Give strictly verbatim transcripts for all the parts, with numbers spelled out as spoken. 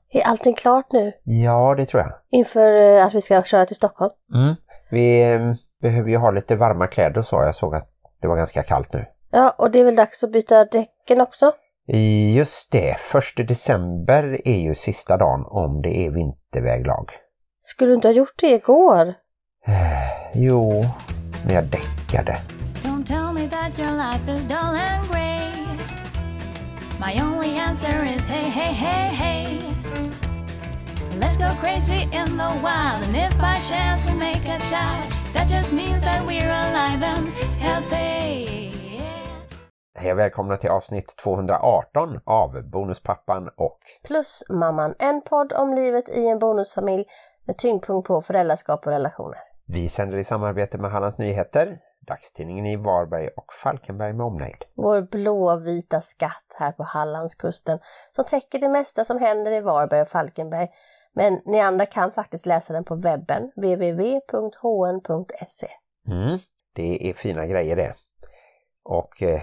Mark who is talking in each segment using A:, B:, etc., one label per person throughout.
A: Är allting klart nu?
B: Ja, det tror jag.
A: Inför att vi ska köra till Stockholm?
B: Mm. Vi eh, behöver ju ha lite varma kläder och så. Jag såg att det var ganska kallt nu.
A: Ja, och det är väl dags att byta däcken också?
B: Just det. Första december är ju sista dagen om det är vinterväglag.
A: Skulle du inte ha gjort det igår?
B: Jo, men jag däckade.
C: Don't tell me that your life is dull and grey. My only answer is hey, hey, hey, hey. Let's go crazy in the wild. And if by chance we make a child, that just means that we're alive and healthy.
B: Hej och välkomna till avsnitt tvåhundraarton av Bonuspappan och
A: Plus mamman, en podd om livet i en bonusfamilj med tyngdpunkt på föräldraskap och relationer.
B: Vi sänder i samarbete med Hallands Nyheter, dagstidningen i Varberg och Falkenberg med omnejd.
A: Vår blåvita skatt här på Hallandskusten som täcker det mesta som händer i Varberg och Falkenberg. Men ni andra kan faktiskt läsa den på webben, w w w punkt h n punkt s e.
B: Mm, det är fina grejer det. Och... Eh,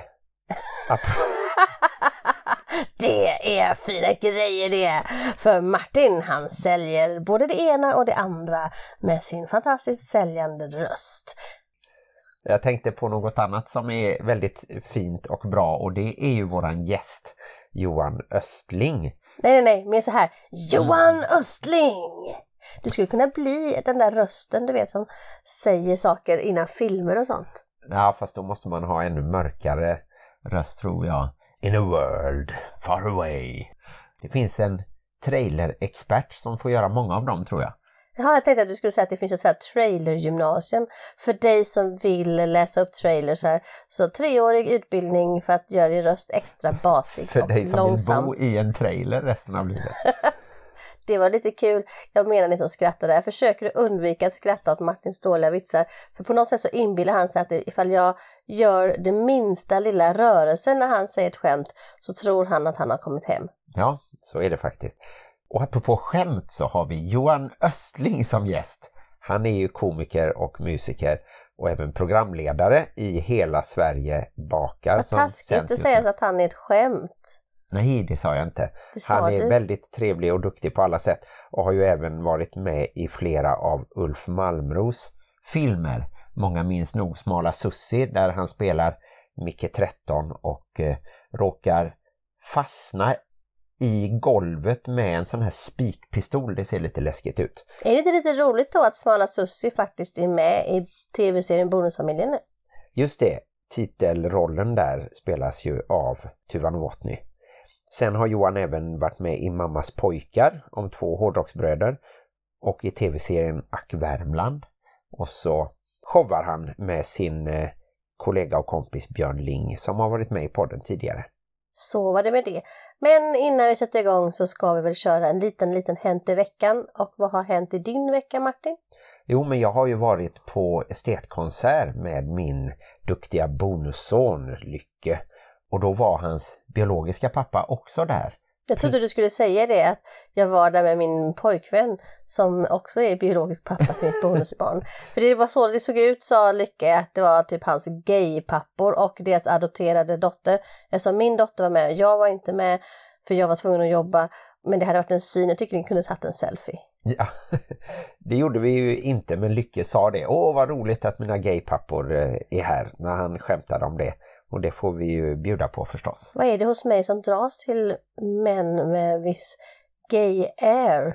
A: det är fina grejer det. För Martin, han säljer både det ena och det andra med sin fantastiskt säljande röst.
B: Jag tänkte på något annat som är väldigt fint och bra, och det är ju våran gäst Johan Östling.
A: Nej, nej, nej, men så här. Johan Östling! Du skulle kunna bli den där rösten, du vet, som säger saker innan filmer och sånt.
B: Ja, fast då måste man ha ännu mörkare röst, tror jag. In a world far away. Det finns en trailerexpert som får göra många av dem, tror jag.
A: Ja, jag tänkte att du skulle säga att det finns ett så här trailergymnasium för dig som vill läsa upp trailers här. Så treårig utbildning för att göra din röst extra basig
B: för
A: och
B: dig som
A: långsam.
B: vill bo i en trailer resten av livet.
A: Det var lite kul. Jag menar inte att skratta där. Jag försöker undvika att skratta åt Martins dåliga vitsar. För på något sätt så inbillar han sig att ifall jag gör det minsta lilla rörelsen när han säger ett skämt, så tror han att han har kommit hem.
B: Ja, så är det faktiskt. Och apropå skämt så har vi Johan Östling som gäst. Han är ju komiker och musiker och även programledare i Hela Sverige bakar.
A: Vad taskigt att säga att han är ett skämt.
B: Nej, det sa jag inte. Han är
A: du.
B: väldigt trevlig och duktig på alla sätt och har ju även varit med i flera av Ulf Malmros filmer. Många minns nog Smala Sussi, där han spelar Micke tretton och eh, råkar fastna i golvet med en sån här spikpistol. Det ser lite läskigt ut.
A: Är det inte lite roligt då att Smala Sussi faktiskt är med i tv-serien Bonusfamiljen nu?
B: Just det, titelrollen där spelas ju av Tuva Novotny. Sen har Johan även varit med i Mammas pojkar om två hårdrocksbröder och i tv-serien Ack Värmland. Och så showar han med sin eh, kollega och kompis Björn Ling som har varit med i podden tidigare.
A: Så var det med det. Men innan vi sätter igång så ska vi väl köra en liten, liten hänt i veckan. Och vad har hänt i din vecka, Martin?
B: Jo, men jag har ju varit på estetkonsert med min duktiga bonusson Lycke. Och då var hans biologiska pappa också där.
A: Jag trodde du skulle säga det, att jag var där med min pojkvän som också är biologisk pappa till mitt bonusbarn. För det var så det såg ut, sa Lycke, att det var typ hans gaypappor och deras adopterade dotter. Eftersom min dotter var med, jag var inte med för jag var tvungen att jobba. Men det hade varit en syn, jag tycker ni kunde tagit en selfie.
B: Ja, det gjorde vi ju inte, men Lycke sa det. Åh, vad roligt att mina gaypappor är här, när han skämtade om det. Och det får vi ju bjuda på förstås.
A: Vad är det hos mig som dras till män med viss gay air?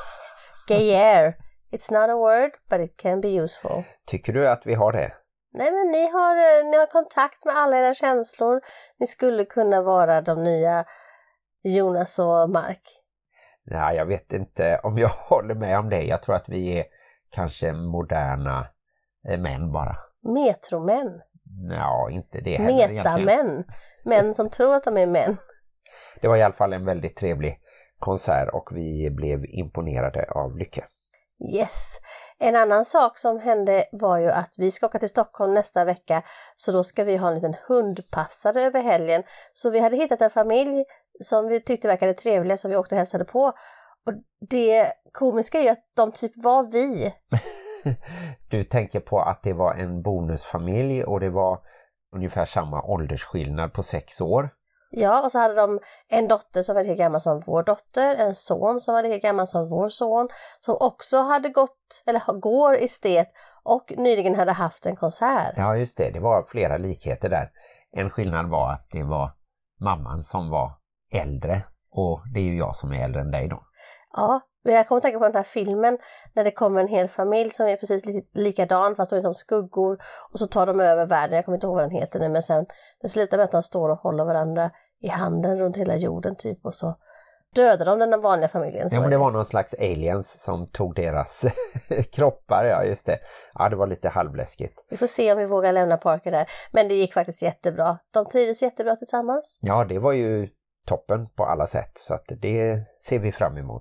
A: Gay air. It's not a word, but it can be useful.
B: Tycker du att vi har det?
A: Nej, men ni har, ni har kontakt med alla era känslor. Ni skulle kunna vara de nya Jonas och Mark.
B: Nej, jag vet inte om jag håller med om det. Jag tror att vi är kanske moderna män bara.
A: Metromän.
B: Ja, inte det heller
A: Metamän. Män som tror att de är män.
B: Det var i alla fall en väldigt trevlig konsert och vi blev imponerade av Lycke.
A: Yes. En annan sak som hände var ju att vi ska åka till Stockholm nästa vecka. Så då ska vi ha en liten hundpassare över helgen. Så vi hade hittat en familj som vi tyckte verkade trevliga som vi åkte och hälsade på. Och det komiska är ju att de typ var vi.
B: Du tänker på att det var en bonusfamilj och det var ungefär samma åldersskillnad på sex år.
A: Ja, och så hade de en dotter som var lika gammal som vår dotter, en son som var lika gammal som vår son, som också hade gått, eller går estet och nyligen hade haft en konsert.
B: Ja, just det. Det var flera likheter där. En skillnad var att det var mamman som var äldre, och det är ju jag som är äldre än dig då.
A: Ja, jag kommer att tänka på den här filmen när det kommer en hel familj som är precis li- likadan fast de är som skuggor, och så tar de över världen. Jag kommer inte ihåg vad den heter nu, men sen det slutar med att de står och håller varandra i handen runt hela jorden typ, och så dödar de den vanliga familjen.
B: Ja, men det var någon slags aliens som tog deras kroppar, ja just det. Ja, det var lite halvläskigt.
A: Vi får se om vi vågar lämna Parker där, men det gick faktiskt jättebra. De trivdes jättebra tillsammans.
B: Ja, det var ju toppen på alla sätt, så att det ser vi fram emot.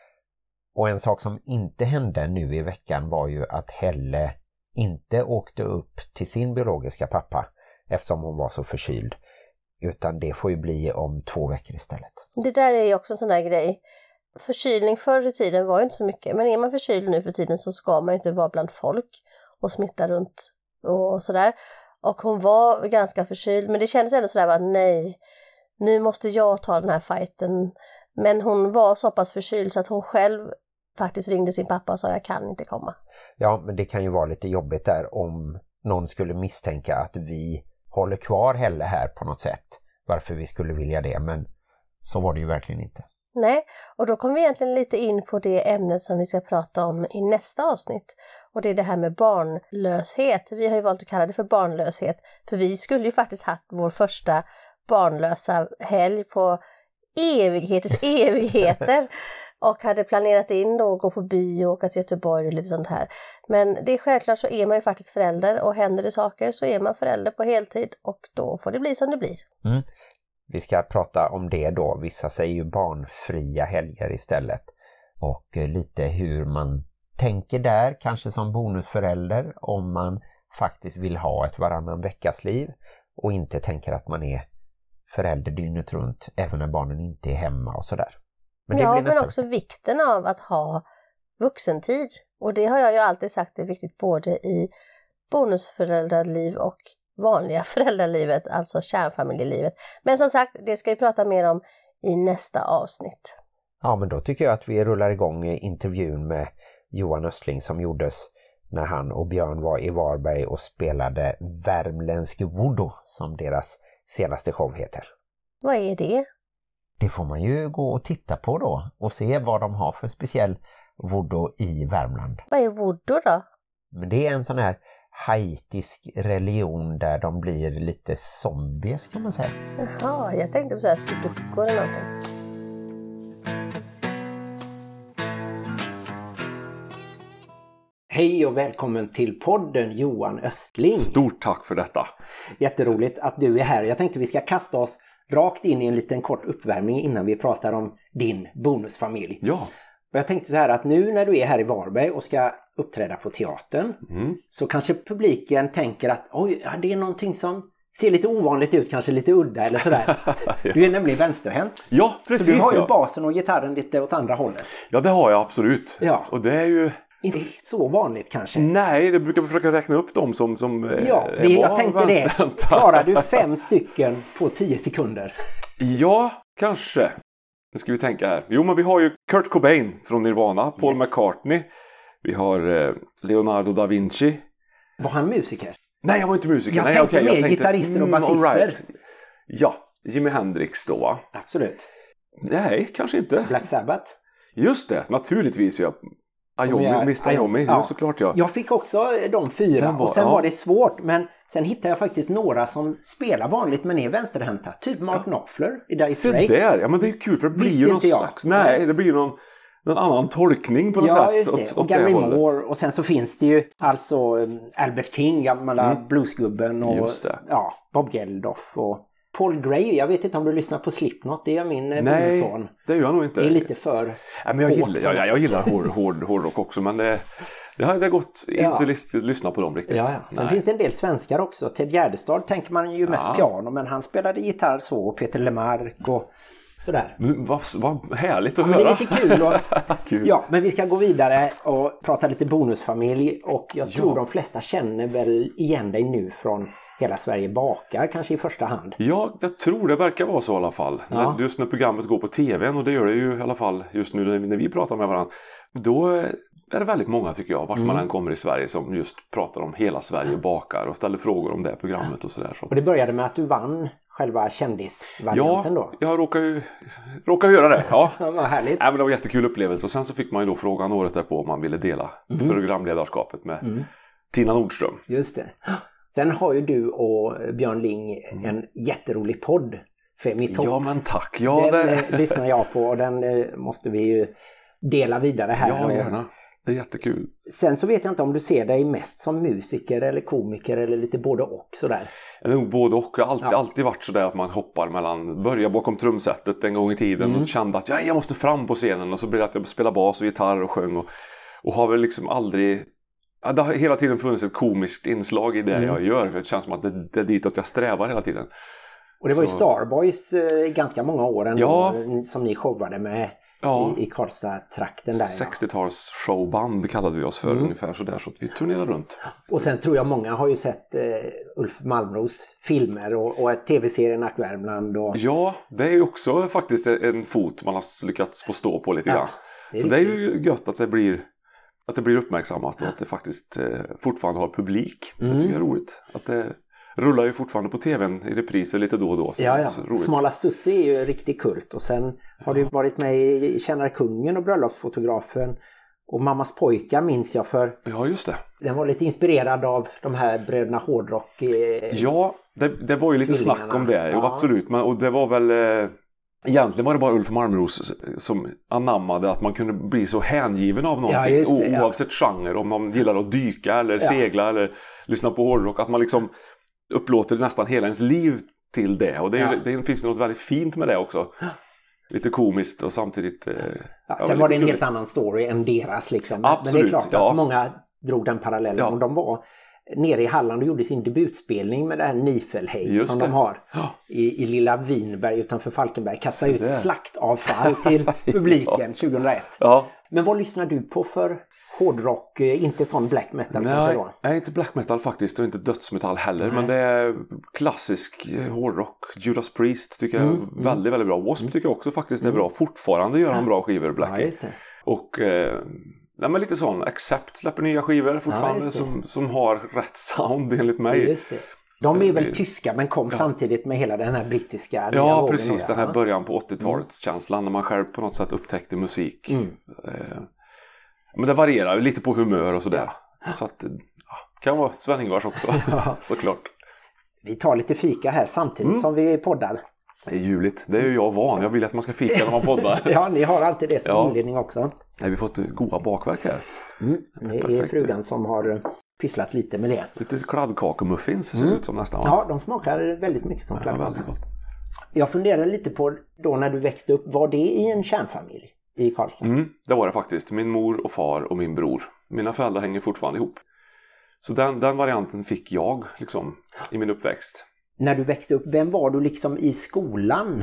B: Och en sak som inte hände nu i veckan var ju att Helle inte åkte upp till sin biologiska pappa eftersom hon var så förkyld. Utan det får ju bli om två veckor istället.
A: Det där är ju också en sån där grej. Förkylning förr i tiden var ju inte så mycket. Men är man förkyld nu för tiden så ska man ju inte vara bland folk och smitta runt och sådär. Och hon var ganska förkyld, men det kändes ändå sådär att nej, nu måste jag ta den här fighten. Men hon var så pass förkyld så att hon själv faktiskt ringde sin pappa och sa jag kan inte komma.
B: Ja, men det kan ju vara lite jobbigt där om någon skulle misstänka att vi håller kvar Helle här på något sätt. Varför vi skulle vilja det, men så var det ju verkligen inte.
A: Nej, och då kommer vi egentligen lite in på det ämnet som vi ska prata om i nästa avsnitt. Och det är det här med barnlöshet. Vi har ju valt att kalla det för barnlöshet. För vi skulle ju faktiskt haft vår första barnlösa helg på evigheters evigheter. Och hade planerat in då att gå på bio och åka till Göteborg och lite sånt här. Men det är självklart, så är man ju faktiskt förälder, och händer det saker så är man förälder på heltid, och då får det bli som det blir.
B: Mm. Vi ska prata om det då. Vissa säger ju barnfria helger istället. Och lite hur man tänker där, kanske som bonusförälder, om man faktiskt vill ha ett varannan veckas liv och inte tänker att man är förälder dygnet runt även när barnen inte är hemma och sådär. Men det
A: ja,
B: blir
A: men också vikten av att ha vuxentid. Och det har jag ju alltid sagt är viktigt både i bonusföräldraliv och vanliga föräldralivet, alltså kärnfamiljelivet. Men som sagt, det ska vi prata mer om i nästa avsnitt.
B: Ja, men då tycker jag att vi rullar igång intervjun med Johan Östling som gjordes när han och Björn var i Varberg och spelade Värmländsk Voodoo, som deras senaste show heter.
A: Vad är det?
B: Det får man ju gå och titta på då och se vad de har för speciell voodoo i Värmland.
A: Vad är voodoo då?
B: Men det är en sån här haitisk religion där de blir lite zombies, kan man säga.
A: Jaha, jag tänkte på så här sudoku eller någonting.
D: Hej och välkommen till podden Johan Östling.
E: Stort tack för detta.
D: Jätteroligt att du är här. Jag tänkte vi ska kasta oss rakt in i en liten kort uppvärmning innan vi pratar om din bonusfamilj.
E: Ja.
D: Och jag tänkte så här att nu när du är här i Varberg och ska uppträda på teatern mm. så kanske publiken tänker att oj, ja, det är någonting som ser lite ovanligt ut, kanske lite udda eller sådär. Ja. Du är nämligen vänsterhänt.
E: Ja, precis.
D: Så du har ju
E: ja.
D: basen och gitarren lite åt andra hållet.
E: Ja, det har jag absolut.
D: Ja.
E: Och det är ju...
D: Inte så vanligt kanske.
E: Nej, det brukar vi försöka räkna upp dem som, som
D: ja, det, jag tänkte det. Klarar du fem stycken på tio sekunder?
E: Ja, kanske. Nu ska vi tänka här. Jo, men vi har ju Kurt Cobain från Nirvana, Paul yes. McCartney. Vi har eh, Leonardo da Vinci.
D: Var han musiker?
E: Nej, jag var inte musiker.
D: Jag
E: Nej,
D: tänkte
E: okay,
D: mer
E: jag tänkte,
D: gitarrister och basister.
E: Mm, right. Ja, Jimi Hendrix då va?
D: Absolut.
E: Nej, kanske inte.
D: Black Sabbath?
E: Just det, naturligtvis ja. Ayomi, mister Ayomi, ja. såklart ja.
D: Jag fick också de fyra var, och sen ja. var det svårt, men sen hittade jag faktiskt några som spelar vanligt men är vänsterhänta. Typ Mark ja. Knopfler i Dire Straits.
E: Så där, ja men det är kul för det blir ju någon slags, nej det blir någon, någon annan tolkning på något
D: ja,
E: sätt.
D: Just det. Åt, och Gary Moore och sen så finns det ju alltså Albert King, gamla mm. bluesgubben och ja, Bob Geldof och Paul Gray, jag vet inte om du lyssnar på Slipknot, det är min
E: Nej,
D: son.
E: det gör jag nog inte.
D: Det är lite för
E: Nej, men jag gillar, jag, jag gillar hård, hård, hårdrock också, men det, det har det gått ja. inte lys, lyssna på dem riktigt.
D: Ja, ja. Sen Nej. finns det en del svenskar också. Ted Gärdestad tänker man ju mest ja. piano, men han spelade gitarr så, och Peter Lemark och sådär.
E: Men vad, vad härligt att
D: Ja,
E: höra.
D: det är lite kul. Och,
E: Kul.
D: ja, men vi ska gå vidare och prata lite bonusfamilj. Och jag tror
E: Ja.
D: de flesta känner väl igen dig nu från Hela Sverige bakar, kanske i första hand.
E: Ja, jag tror det verkar vara så i alla fall.
D: Ja.
E: När, just när programmet går på tvn, och det gör det ju i alla fall just nu när, när vi pratar med varandra. Då är det väldigt många tycker jag, vart
D: Mm.
E: man än kommer i Sverige, som just pratar om Hela Sverige bakar och ställer frågor om det programmet och sådär. Så.
D: Och det började med att du vann själva kändisvarianten
E: Ja,
D: då.
E: jag råkade ju råkade göra det. Ja.
D: Ja, vad härligt.
E: Nej, men det var en jättekul upplevelse. Och sen så fick man ju då frågan året därpå om man ville dela
D: Mm.
E: programledarskapet med Tina Nordström.
D: Just det. Sen har ju du och Björn Ling en jätterolig podd. Femitopp.
E: Ja men tack. Ja,
D: Den
E: det...
D: eh, lyssnar jag på och den eh, måste vi ju dela vidare här.
E: ja
D: Och
E: gärna. Det är jättekul.
D: sen så vet jag inte om du ser dig mest som musiker eller komiker eller lite både och sådär.
E: Det är nog både och. Jag har alltid,
D: Ja.
E: alltid varit sådär att man hoppar mellan, börja bakom trumsetet en gång i tiden
D: Mm.
E: och kände att ja, jag måste fram på scenen, och så blir det att jag spelar bas och gitarr och sjöng och, och har väl liksom aldrig, ja, det har hela tiden funnits ett komiskt inslag i det
D: Mm.
E: jag gör. Det känns som att det, det är dit att jag strävar hela tiden.
D: Och det var ju
E: Så-
D: Starboys eh, ganska många år ändå,
E: Ja.
D: som ni showade med
E: Ja.
D: i, i Karlstad-trakten där. Ja.
E: sextio-tals showband kallade vi oss för
D: Mm.
E: ungefär sådär, så att vi turnerade runt.
D: Och sen tror jag många har ju sett eh, Ulf Malmros filmer och, och tv-serien Ack Värmland. Och,
E: Ja, det är ju också faktiskt en fot man har lyckats få stå på lite
D: Ja,
E: grann.
D: det är
E: Så det är
D: riktigt.
E: ju gött att det blir, att det blir uppmärksammat och att det faktiskt eh, fortfarande har publik.
D: Mm.
E: Det tycker jag är roligt. Att det rullar ju fortfarande på tvn i repriser lite då och då. Så
D: Ja,
E: det är
D: ja.
E: så roligt.
D: Smala Sussi är ju riktigt kult. Och sen har du varit med i Tjänar kungen och Bröllopsfotografen. Och Mammas pojkar minns jag, för
E: Ja, just det.
D: den var lite inspirerad av de här bröderna Hårdrock. Eh,
E: Ja, det, det var ju lite
D: Tvillingarna.
E: snack om det. Jo,
D: Ja.
E: absolut. Men, och det var väl... Eh, egentligen var det bara Ulf Malmros som anammade att man kunde bli så hängiven av någonting.
D: Ja, just det,
E: o-
D: ja.
E: Oavsett genre. Om man gillar att dyka eller
D: Ja.
E: segla eller lyssna på hårdrock. Att man liksom upplåter nästan hela ens liv till det. Och det, är,
D: Ja.
E: det finns något väldigt fint med det också. Lite komiskt och samtidigt... Eh,
D: ja,
E: ja,
D: sen var det en
E: lite
D: helt annan story än deras. Liksom.
E: Absolut,
D: Men det är klart
E: ja.
D: att många drog den parallellen.
E: Ja.
D: Och de var nere i Halland och gjorde sin debutspelning med det här Nifelhej
E: Just
D: som
E: det.
D: de har
E: Ja.
D: i, i lilla Vinberg utanför Falkenberg. Kastade
E: Så
D: ut
E: där.
D: slaktavfall till publiken tjugohundraett.
E: Ja.
D: Men vad lyssnar du på för hårdrock? Eh, Inte sån black metal kanske
E: Nej,
D: då?
E: nej, inte black metal faktiskt och inte dödsmetall heller.
D: Nej.
E: Men det är klassisk eh, hårdrock. Judas Priest tycker jag är
D: Mm, mm.
E: väldigt, väldigt bra. Wasp tycker jag också faktiskt är bra. Fortfarande gör han bra skivor,
D: Ja,
E: Blackie.
D: just det.
E: Och eh, nej, men lite sån. Accept släpper nya skivor fortfarande
D: just det.
E: som, som har rätt sound enligt mig.
D: Just det. De är väl
E: Det-
D: tyska men kom samtidigt med hela den här brittiska nya
E: Ja,
D: vågen
E: precis.
D: då,
E: Den här
D: ja.
E: början på åttiotalets känslan när man själv på något sätt upptäckte musik.
D: Mm.
E: Eh, men det varierar ju lite på humör och sådär. Så att, ja, kan vara Sven-Ingvars också,
D: Ja.
E: såklart.
D: Vi tar lite fika här samtidigt
E: Mm.
D: som vi poddar.
E: Det är juligt. Det är ju jag van. Jag vill att man ska fika när man poddar.
D: Ja, ni har alltid det som
E: Ja.
D: inledning också.
E: Nej, vi har fått goda bakverk här.
D: Mm. Det är
E: Perfekt.
D: frugan som har eh, pysslat lite med det.
E: Lite kladdkakemuffins ser det
D: Mm.
E: ut som nästan. Va?
D: Ja, de smakar väldigt mycket som
E: Ja,
D: kladdkaka.
E: väldigt gott.
D: Jag funderar lite på då när du växte upp, var det i en kärnfamilj i Karlstad?
E: Mm, det var det faktiskt. Min mor och far och min bror. Mina föräldrar hänger fortfarande ihop. Så den, den varianten fick jag liksom i min uppväxt.
D: När du växte upp, vem var du liksom i skolan?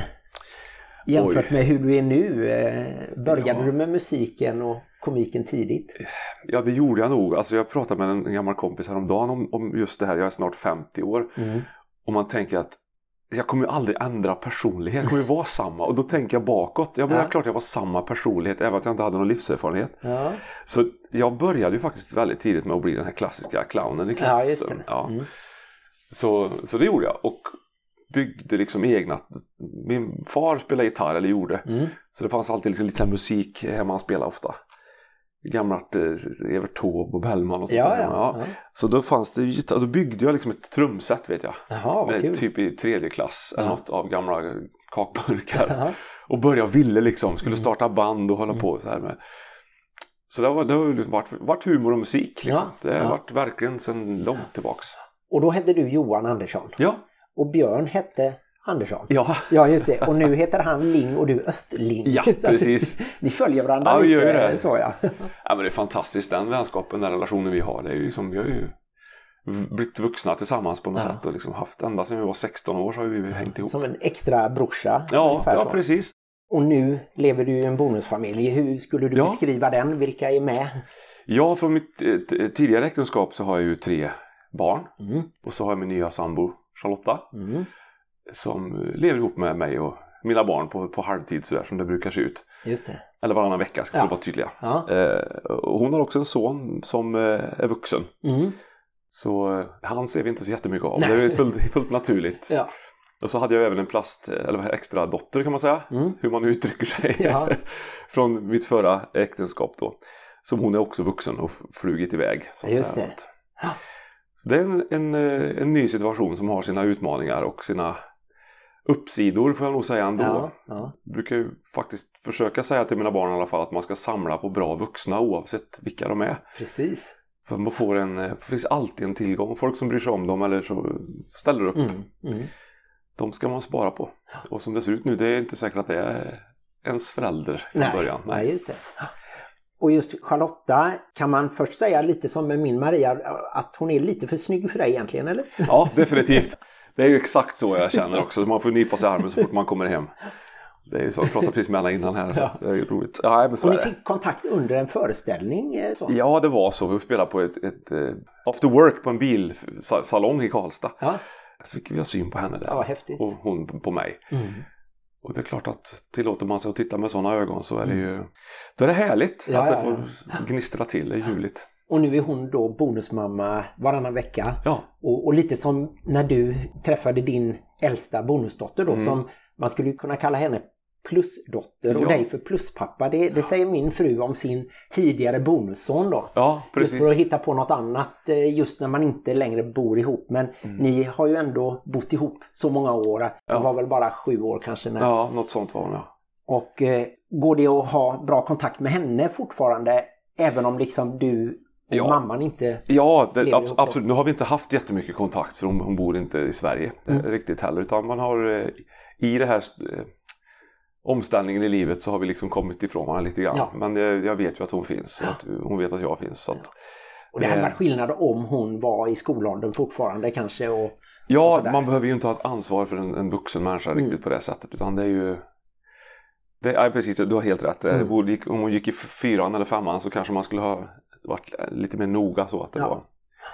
D: Jämfört
E: Oj.
D: med hur du är nu. Eh, Började
E: Ja.
D: du med musiken och komiken tidigt?
E: Ja, det gjorde jag nog. Alltså jag pratade med en gammal kompis häromdagen om, om just det här. Jag är snart femtio år.
D: Mm.
E: Och man tänker att jag kommer ju aldrig ändra personlighet. Jag kommer ju vara samma. Och då tänker jag bakåt. Jag var
D: Ja.
E: klart jag var samma personlighet även att jag inte hade någon livserfarenhet.
D: Ja,
E: Så jag började ju faktiskt väldigt tidigt med att bli den här klassiska clownen i
D: ja
E: klassen.
D: just det.
E: Ja.
D: Mm.
E: Så, så det gjorde jag. Och byggde liksom egna. Min far spelade gitarr eller gjorde.
D: Mm.
E: Så det fanns alltid liksom lite så här musik hemma, han spelade ofta. Gammalt eh, Evert Taube och Bellman och sånt
D: Ja,
E: där.
D: ja, ja.
E: Så då fanns det gitarr. Då byggde jag liksom ett trumset vet jag.
D: Jaha, vad
E: Med,
D: kul.
E: typ i tredje klass. Eller
D: Ja.
E: något av gamla kakburkar.
D: Jaha.
E: Och började ville liksom. Skulle
D: Mm.
E: starta band och hålla på så här med. Så det har det har liksom varit, varit humor och musik liksom.
D: Ja,
E: Det har
D: ja.
E: varit verkligen sedan långt tillbaks.
D: Och då hette du Johan Andersson.
E: Ja,
D: Och Björn hette Andersson.
E: ja.
D: Ja, just det. Och nu heter han Ling och du Östling.
E: Ja,
D: Så att
E: precis.
D: Ni följer varandra
E: Ja, vi
D: lite.
E: gör ju det.
D: Så, ja.
E: Ja, men det är fantastiskt, den vänskapen, den relationen vi har. Det är ju som, vi har ju blivit vuxna tillsammans på något
D: Ja.
E: sätt. Och liksom haft, ända sedan vi var sexton år så har vi hängt ihop.
D: Som en extra brorsa.
E: Ja,
D: ungefär
E: ja
D: så.
E: precis.
D: Och nu lever du i en bonusfamilj. Hur skulle du
E: Ja.
D: beskriva den? Vilka är med?
E: Ja, från mitt eh, t- tidigare äktenskap så har jag ju tre barn.
D: Mm.
E: Och så har jag min nya sambo Charlotta.
D: Mm.
E: Som lever ihop med mig och mina barn på, på halvtid sådär som det brukar se ut.
D: Just det.
E: Eller varannan vecka ska
D: Ja.
E: vi vara tydliga.
D: Ja.
E: Eh, och hon har också en son som eh, är vuxen.
D: Mm.
E: Så eh, han ser vi inte så jättemycket av.
D: Nej.
E: Det är fullt, fullt naturligt.
D: Ja.
E: Och så hade jag även en plast, eller extra dotter kan man säga.
D: Mm.
E: Hur man uttrycker sig.
D: Ja.
E: Från mitt förra äktenskap då. Som hon är också vuxen och flugit iväg. Så att
D: Just
E: säga.
D: det.
E: Så att- Så det är en, en, eh, en ny situation som har sina utmaningar och sina uppsidor får jag nog säga ändå.
D: Ja. Ja.
E: Jag brukar ju faktiskt försöka säga till mina barn i alla fall att man ska samla på bra vuxna oavsett vilka de är.
D: Precis.
E: För man får en, det finns alltid en tillgång. Folk som bryr sig om dem eller så ställer upp.
D: Mm. Mm.
E: De ska man spara på. Och som det ser ut nu, det är inte säkert att det är ens förälder från
D: Nej.
E: början.
D: Nej, just det. Och just Charlotta, kan man först säga lite som med min Maria, att hon är lite för snygg för dig egentligen, eller?
E: Ja, definitivt. Det är ju exakt så jag känner också. Man får nypa sig i armen så fort man kommer hem. Det är ju så, jag pratade precis med henne innan här. Så
D: Ja.
E: det är ju roligt. Ja, men så
D: Och
E: är
D: ni
E: det.
D: fick kontakt under en föreställning? eh, Så.
E: Ja, det var så. Vi spelade på ett, ett uh, after work på en bilsalong i Karlstad.
D: Ja.
E: Så fick vi ha syn på henne där.
D: Ja, häftigt.
E: Och hon på mig.
D: Mm.
E: Och det är klart att tillåter man sig att titta med sådana ögon så är det ju då är det härligt
D: Ja,
E: att det
D: ja,
E: får
D: ja.
E: gnistra till, det är ljuvligt.
D: Och nu är hon då bonusmamma varannan vecka.
E: Ja,
D: Och, och lite som när du träffade din äldsta bonusdotter då,
E: Mm.
D: som man skulle kunna kalla henne plusdotter och
E: Ja.
D: dig för pluspappa. Det, det säger min fru om sin tidigare bonusson då.
E: ja
D: Just
E: precis.
D: för att hitta på något annat eh, just när man inte längre bor ihop. Men
E: Mm.
D: ni har ju ändå bott ihop så många år. Det
E: Ja.
D: var väl bara sju år kanske. När...
E: Ja, något sånt var hon, ja.
D: Och eh, går det att ha bra kontakt med henne fortfarande? Även om liksom du och
E: Ja.
D: mamman inte...
E: Ja, det,
D: Lever
E: abs-
D: ihop då.
E: absolut. Nu har vi inte haft jättemycket kontakt för hon, hon bor inte i Sverige
D: Mm.
E: eh, riktigt heller. Utan man har eh, i det här eh, omställningen i livet så har vi liksom kommit ifrån varandra lite grann.
D: Ja.
E: Men jag, jag vet ju att hon finns.
D: Ja.
E: Att hon vet att jag finns. Så att,
D: Och det hade
E: Eh.
D: varit skillnad om hon var i skolåldern fortfarande kanske. Och, och
E: ja,
D: sådär.
E: man behöver ju inte ha ett ansvar för en, en vuxen människa
D: Mm.
E: riktigt på det sättet. Utan det är ju... Det, ja, precis, du har helt rätt.
D: Mm.
E: Borde gick, om hon gick i fyran eller femman så kanske man skulle ha varit lite mer noga så att det
D: Ja.
E: var...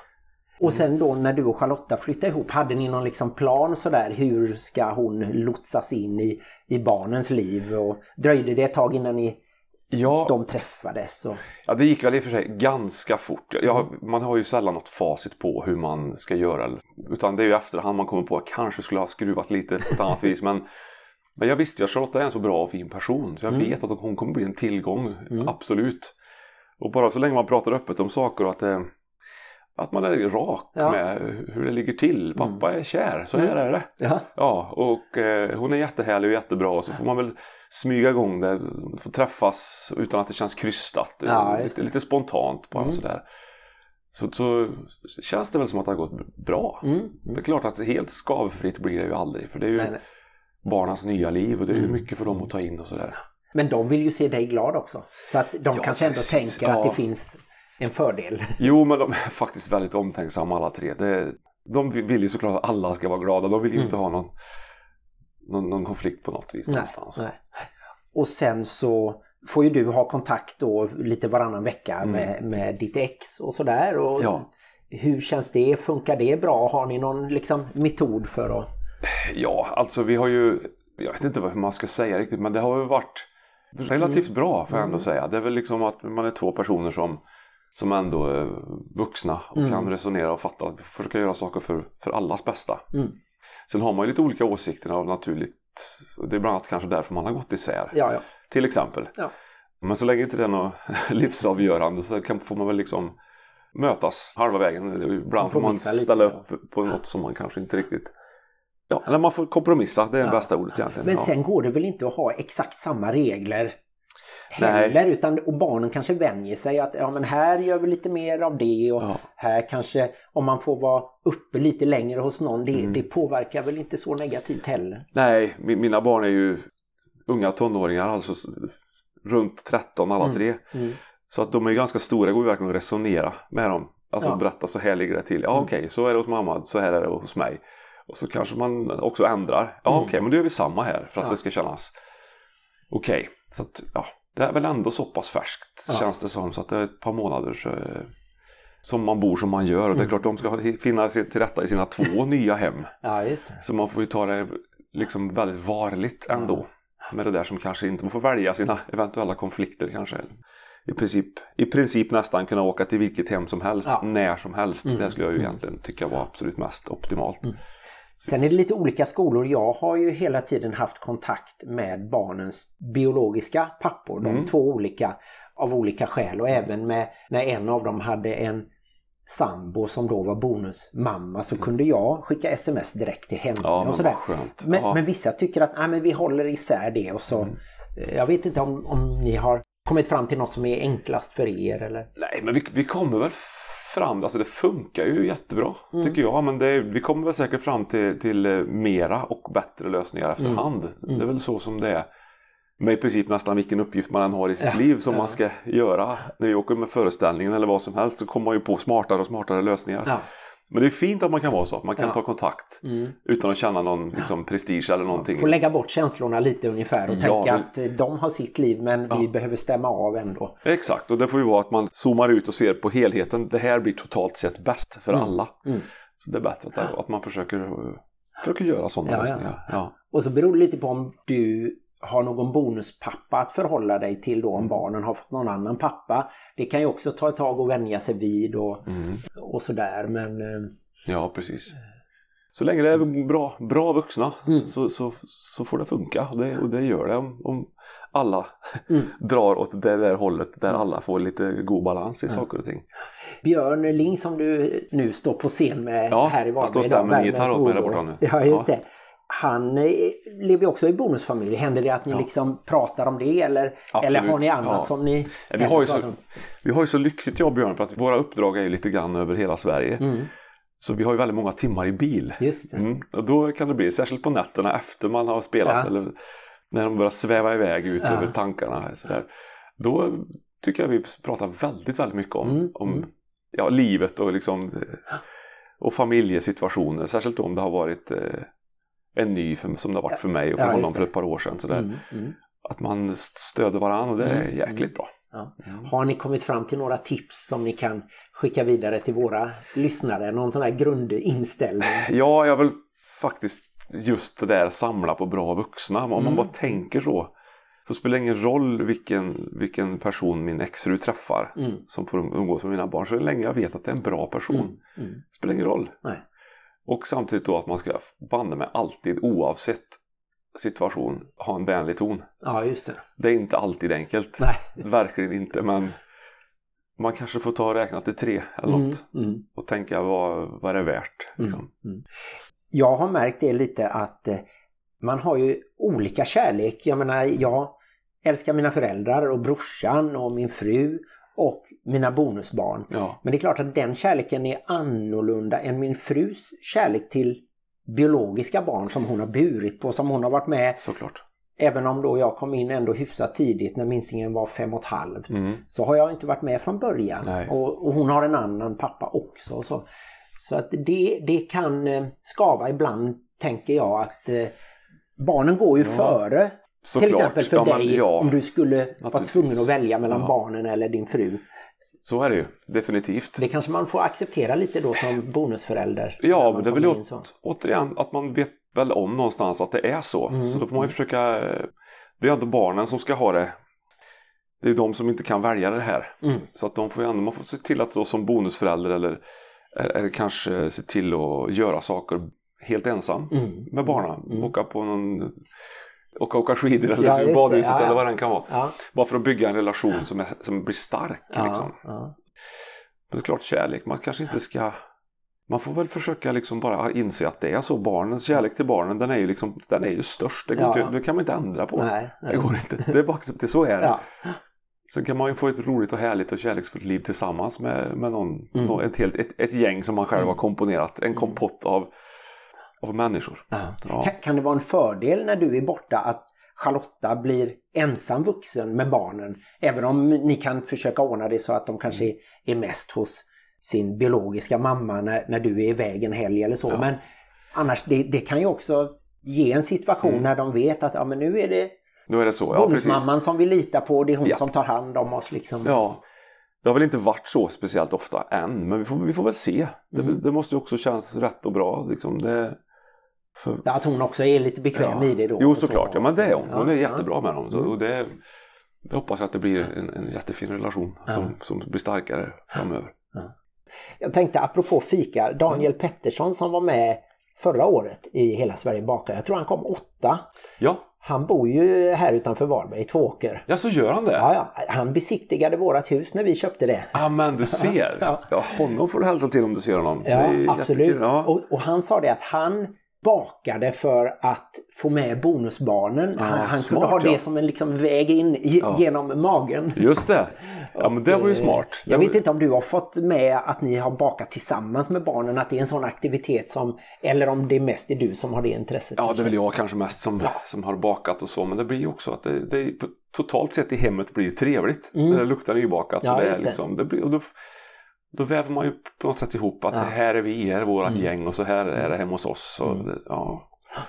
D: och sen då när du och Charlotta flyttade ihop, hade ni någon liksom plan sådär? Hur ska hon lotsas in i, i barnens liv? Och dröjde det ett tag innan ni,
E: Ja,
D: de träffades? Och...
E: ja, det gick väl i och för sig ganska fort. Jag, man har ju sällan något facit på hur man ska göra. Utan det är ju efterhand man kommer på att kanske skulle ha skruvat lite på ett annat vis. Men, men jag visste ju att Charlotta är en så bra och fin person. Så jag
D: Mm.
E: vet att hon kommer bli en tillgång,
D: Mm.
E: absolut. Och bara så länge man pratar öppet om saker och att, det, att man är rak
D: Ja.
E: med hur det ligger till. Pappa är kär, så här
D: Mm.
E: är det.
D: Ja.
E: Ja, och eh, hon är jättehärlig och jättebra. Och så får man väl smyga igång det, få träffas utan att det känns krystat.
D: Ja, just
E: lite,
D: det.
E: lite spontant bara
D: Mm.
E: sådär. Så, så känns det väl som att det har gått bra.
D: Mm.
E: Det är
D: Mm.
E: klart att helt skavfritt blir det ju aldrig. För det är ju
D: Nej, nej.
E: barnens nya liv och det är ju
D: Mm.
E: mycket för dem att ta in och sådär.
D: Men de vill ju se dig glad också. Så att de
E: Ja,
D: kanske ändå
E: precis.
D: tänker att
E: Ja.
D: det finns en fördel.
E: Jo, men de är faktiskt väldigt omtänksamma alla tre. Det, de vill ju såklart att alla ska vara glada. De vill ju
D: Mm.
E: inte ha någon, någon, någon konflikt på något vis
D: Nej,
E: någonstans.
D: nej. Och sen så får ju du ha kontakt då lite varannan vecka
E: Mm.
D: med, med ditt ex och sådär. Och
E: Ja.
D: hur känns det? Funkar det bra? Har ni någon liksom metod för att...
E: Ja, alltså vi har ju, jag vet inte vad man ska säga riktigt, men det har ju varit relativt
D: Mm.
E: bra får jag ändå
D: Mm.
E: säga. Det är väl liksom att man är två personer som, som ändå är vuxna och
D: Mm.
E: kan resonera och fatta att vi försöker göra saker för, för allas bästa.
D: Mm.
E: Sen har man ju lite olika åsikter av naturligt, och det är bland annat kanske därför man har gått isär.
D: Ja, ja.
E: Till exempel.
D: Ja.
E: Men så länge inte det är något livsavgörande så kan, får man väl liksom mötas halva vägen. Ibland får man
D: Kompromissa lite,
E: ställa
D: ja.
E: upp på något som man kanske inte riktigt... Ja, eller man får kompromissa, det är det
D: Ja.
E: bästa ordet egentligen.
D: Men
E: ja.
D: sen går det väl inte att ha exakt samma regler
E: Nej.
D: heller, utan och barnen kanske vänjer sig att ja, men här gör vi lite mer av det och
E: Ja.
D: här kanske om man får vara uppe lite längre hos någon, det,
E: Mm.
D: det påverkar väl inte så negativt heller.
E: Nej, mi- mina barn är ju unga tonåringar, alltså s- runt tretton alla
D: Mm.
E: tre.
D: Mm.
E: Så att de är ganska stora, det går verkligen att resonera med dem. Alltså
D: Ja.
E: berätta, så här ligger det till. Ja
D: Mm.
E: okej, så är det hos mamma, så här är det hos mig. Och så kanske man också ändrar. Ja
D: Mm.
E: okej, men då gör vi samma här för att
D: Ja.
E: det ska kännas. okej. Okay. Så att, ja, det är väl ändå så pass färskt ja. Känns det som. Så att det är ett par månader så, som man bor som man gör. Och det är klart de ska finna sig till rätta i sina två nya hem.
D: Ja, just det.
E: Så man får ju ta det liksom väldigt varligt ändå. Ja. Med det där som kanske inte, man får välja sina eventuella konflikter kanske. I princip, i princip nästan kunna åka till vilket hem som helst, ja. När som helst. Mm. Det skulle jag ju egentligen tycka var absolut mest optimalt. Mm.
D: Sen är det lite olika skolor. Jag har ju hela tiden haft kontakt med barnens biologiska pappor. De mm. två olika av olika skäl. Och även med när en av dem hade en sambo som då var bonusmamma så mm. kunde jag skicka sms direkt till henne.
E: Ja,
D: och sådär. Men,
E: ja.
D: men vissa tycker att nej, men vi håller isär det. Och så, mm. Jag vet inte om, om ni har kommit fram till något som är enklast för er. Eller?
E: Nej, men vi, vi kommer väl fram, alltså det funkar ju jättebra mm. tycker jag, men det, vi kommer väl säkert fram till, till mera och bättre lösningar efterhand. Mm. Mm. Det är väl så som det är med i princip nästan vilken uppgift man än har i sitt ja. liv som ja. man ska göra. När vi åker med föreställningen eller vad som helst så kommer man ju på smartare och smartare lösningar. Ja. Men det är fint att man kan vara så, man kan ja. ta kontakt mm. utan att känna någon liksom, prestige eller någonting.
D: Får lägga bort känslorna lite ungefär och ja, tänka men... att de har sitt liv men ja. vi behöver stämma av ändå.
E: Exakt, och det får ju vara att man zoomar ut och ser på helheten. Det här blir totalt sett bäst för mm. alla. Mm. Så det är bättre att, att man försöker, försöker göra sådana ja, lösningar. Ja. Ja.
D: Och så beror det lite på om du har någon bonuspappa att förhålla dig till då, om barnen har fått någon annan pappa. Det kan ju också ta ett tag att vänja sig vid och, mm. och sådär. Men,
E: ja, precis. Så länge det är bra, bra vuxna mm. så, så, så får det funka. Och det, och det gör det om, om alla mm. drar åt det där hållet där alla får lite god balans i mm. saker och ting.
D: Björn Ling som du nu står på scen med
E: ja,
D: här i Varberg.
E: Ja, står stämmer gitarr åt mig där borta nu.
D: Ja, just ja. det. Han lever också i bonusfamilj. Händer det att ni ja. liksom pratar om det eller, eller har ni annat ja. som ni...
E: Ja, vi, har ju så, vi har ju så lyxigt jag och Björn för att våra uppdrag är ju lite grann över hela Sverige. Mm. Så vi har ju väldigt många timmar i bil.
D: Just det. Mm.
E: Och då kan det bli, särskilt på nätterna efter man har spelat ja. eller när de börjar sväva iväg ut ja. över tankarna. Så där. Då tycker jag vi pratar väldigt, väldigt mycket om, mm. om ja, livet och, liksom, och familjesituationer. Särskilt om det har varit... Eh, en ny för, som det har varit för mig och för ja, honom för ett par år sedan. Så där. Mm, mm. Att man stöder varandra och det är jäkligt bra.
D: Ja. Mm. Har ni kommit fram till några tips som ni kan skicka vidare till våra lyssnare? Någon sån här grundinställning?
E: Ja, jag vill faktiskt just det där samla på bra vuxna. Om mm. man bara tänker så så spelar det ingen roll vilken, vilken person min exfru träffar mm. som får umgås med mina barn. Så länge jag vet att det är en bra person mm. Mm. spelar ingen roll. Nej. Och samtidigt då att man ska banna med alltid oavsett situation ha en vänlig ton.
D: Ja, just det.
E: Det är inte alltid enkelt.
D: Nej.
E: Verkligen inte, men man kanske får ta och räkna till tre eller något. Mm, mm. Och tänka vad, vad är det värt. Liksom. Mm, mm.
D: Jag har märkt det lite att eh, man har ju olika kärlek. Jag menar, jag älskar mina föräldrar och brorsan och min fru och mina bonusbarn. Ja. Men det är klart att den kärleken är annorlunda än min frus kärlek till biologiska barn som hon har burit på, som hon har varit med.
E: Såklart.
D: Även om då jag kom in ändå hyfsat tidigt när minstingen var fem och ett halvt. Mm. Så har jag inte varit med från början. Och, och hon har en annan pappa också. Och så så att det, det kan skava ibland, tänker jag, att eh, barnen går ju ja. före. Så till klart. Exempel för ja, dig, ja, om du skulle vara tvungen att välja mellan ja. barnen eller din fru.
E: Så är det ju, definitivt.
D: Det kanske man får acceptera lite då som bonusförälder.
E: Ja, men det är väl åt, återigen att man vet väl om någonstans att det är så. Mm. Så då får man ju försöka, det är inte barnen som ska ha det. Det är de som inte kan välja det här. Mm. Så att de får ju ändå, man får se till att då som bonusförälder eller, eller kanske se till att göra saker helt ensam mm. med barnen. Mm. Åka på någon... Och åka skidor eller ja, badhuset ja, ja. eller vad den kan vara. Ja. Bara för att bygga en relation som, är, som blir stark. Ja, liksom. ja. Men det är klart kärlek. Man kanske inte ska... Man får väl försöka liksom bara inse att det är så. Barnens kärlek till barnen, den är ju, liksom, den är ju störst. Det, går ja. inte, det kan man inte ändra på. Nej, nej. Det går inte. Det är bara det, så är det. Ja. Sen kan man ju få ett roligt och härligt och kärleksfullt liv tillsammans med, med någon, mm. någon, ett, helt, ett, ett gäng som man själv har komponerat. En kompott av... av människor. Ja. Ja.
D: Kan, kan det vara en fördel när du är borta att Charlotta blir ensam vuxen med barnen? Även om ni kan försöka ordna det så att de kanske är, är mest hos sin biologiska mamma när, när du är iväg en helg eller så. Ja. Men annars, det, det kan ju också ge en situation mm. när de vet att ja, men nu är det
E: Nu är det så, ja precis.
D: Bonusmamman som vi litar på, det är hon
E: ja.
D: som tar hand om oss liksom.
E: Ja, det har väl inte varit så speciellt ofta än, men vi får, vi får väl se. Det, mm. det måste ju också kännas rätt och bra liksom. Det, för...
D: ja, att hon också är lite bekväm
E: ja.
D: i det då.
E: Jo, såklart, ja men det är hon. Hon är
D: ja.
E: jättebra med dem. Så, och det, jag hoppas att det blir en, en jättefin relation ja. som, som blir starkare framöver.
D: Ja. Jag tänkte apropå fika, Daniel mm. Pettersson som var med förra året i Hela Sverige bakar. Jag tror han kom åtta.
E: Ja.
D: Han bor ju här utanför Varberg i Tvååker.
E: Ja, så gör han det?
D: Ja, ja. Han besiktigade vårat hus när vi köpte det.
E: Ja, men du ser. ja. ja, honom får du hälsa till om du ser honom.
D: Ja, absolut. Ja. Och, och han sa det att han bakade för att få med bonusbarnen. Ja, han han smart, kunde ha det ja. som en liksom väg in i, ja. genom magen.
E: Just det. Ja, men det var ju smart.
D: Jag
E: det
D: vet
E: var...
D: inte om du har fått med att ni har bakat tillsammans med barnen, att det är en sån aktivitet som, eller om det är mest är du som har det intresset.
E: Ja, det är väl jag kanske mest som, ja. som har bakat och så, men det blir ju också att det, det totalt sett i hemmet blir trevligt. Mm. Det luktar nybakat
D: ja,
E: och det är liksom, det blir, och då, då väver man ju på något sätt ihop att ja. här är vi, här är vårat mm. gäng och så här är det hemma hos oss. Och, mm. ja.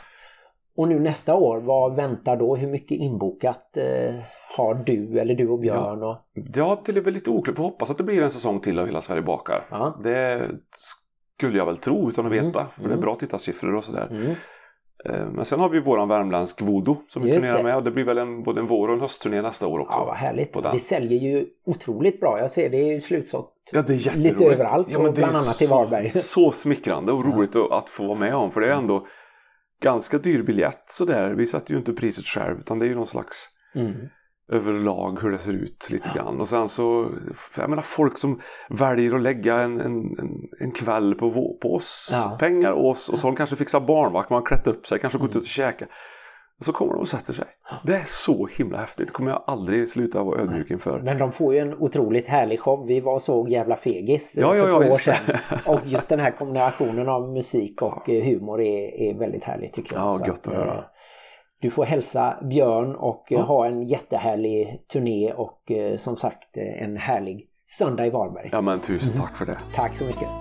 D: Och nu nästa år, vad väntar då? Hur mycket inbokat eh, har du eller du och Björn? Och...
E: Ja, det är väl lite oklart. Jag hoppas att det blir en säsong till av Hela Sverige bakar. Ja. Det skulle jag väl tro utan att veta. Mm. För det är bra tittarsiffror och sådär. Mm. Men sen har vi våran värmländsk Voodoo som vi
D: Just
E: turnerar
D: det.
E: med. Och det blir väl en, både en vår och en höstturné nästa år också.
D: Ja, vad härligt. Det säljer ju otroligt bra. Jag ser det är ju slutsålt
E: ja, det är
D: lite överallt. Ja, men bland annat
E: så,
D: i Varberg.
E: Så smickrande och roligt ja. att få vara med om. För det är ändå ganska dyr biljett sådär. Vi sätter ju inte priset själv utan det är ju någon slags mm. överlag hur det ser ut lite grann. Och sen så, jag menar folk som väljer att lägga en, en, en kväll på, på oss, ja. pengar oss och så de kanske fixar barnvakt, man klätt upp sig, kanske gått mm. ut och käka. Och så kommer de och sätter sig. Det är så himla häftigt. Det kommer jag aldrig sluta vara ödmjuk inför.
D: Men de får ju en otroligt härlig show. Vi var och såg Jävla Fegis
E: ja,
D: för
E: ja,
D: två
E: ja,
D: år sedan. Och just den här kombinationen av musik och humor är, är väldigt härlig tycker jag.
E: Ja,
D: så
E: gött att höra.
D: Du får hälsa Björn och ja. ha en jättehärlig turné och som sagt en härlig söndag i Varberg.
E: Ja, men tusen tack för det.
D: Tack så mycket.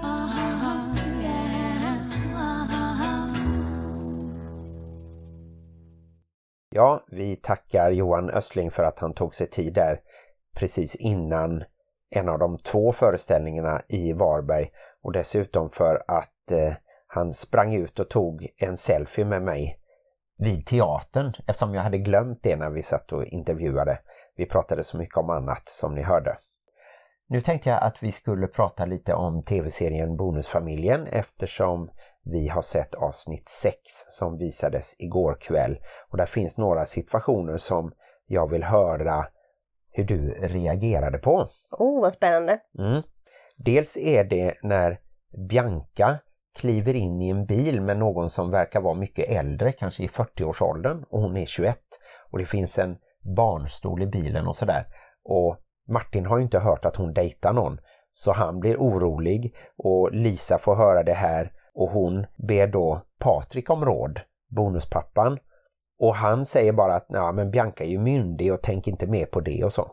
B: Ja, vi tackar Johan Östling för att han tog sig tid där precis innan en av de två föreställningarna i Varberg och dessutom för att eh, han sprang ut och tog en selfie med mig vid teatern eftersom jag hade glömt det när vi satt och intervjuade. Vi pratade så mycket om annat som ni hörde. Nu tänkte jag att vi skulle prata lite om tv-serien Bonusfamiljen eftersom vi har sett avsnitt sex som visades igår kväll. Och där finns några situationer som jag vill höra hur du reagerade på.
A: Oh, vad spännande.
B: Mm. Dels är det när Bianca kliver in i en bil med någon som verkar vara mycket äldre, kanske i fyrtioårsåldern, och hon är tjugoett. Och det finns en barnstol i bilen och sådär. Och Martin har ju inte hört att hon dejtar någon, så han blir orolig och Lisa får höra det här och hon ber då Patrik om råd, bonuspappan, och han säger bara att ja, men Bianca är ju myndig och tänk inte mer på det och så.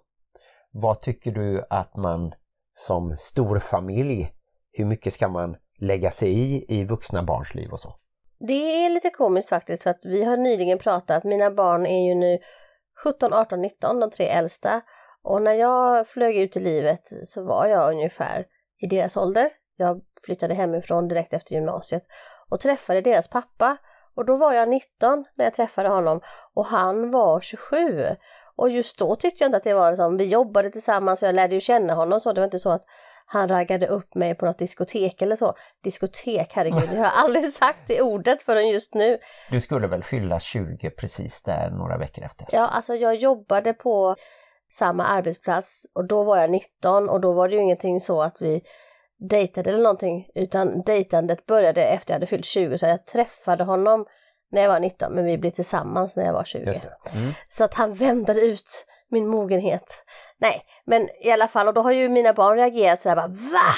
B: Vad tycker du att man som stor familj, hur mycket ska man lägga sig i i vuxna barns liv och så?
A: Det är lite komiskt faktiskt för att vi har nyligen pratat, mina barn är ju nu sjutton, arton, nitton, de tre äldsta. Och när jag flög ut i livet så var jag ungefär i deras ålder. Jag flyttade hemifrån direkt efter gymnasiet och träffade deras pappa. Och då var jag nitton när jag träffade honom och han var tjugosju. Och just då tyckte jag inte att det var liksom, vi jobbade tillsammans och jag lärde ju känna honom så. Det var inte så att han raggade upp mig på något diskotek eller så. Diskotek, herregud, jag har aldrig sagt det ordet förrän just nu.
B: Du skulle väl fylla tjugo precis där några veckor efter?
A: Ja, alltså jag jobbade på samma arbetsplats och då var jag nitton och då var det ju ingenting så att vi dejtade eller någonting utan dejtandet började efter jag hade fyllt tjugo så jag träffade honom när jag var nitton men vi blev tillsammans när jag var tjugo.
B: Just det. Mm.
A: Så att han väntade ut min mogenhet. Nej, men i alla fall och då har ju mina barn reagerat så här bara va?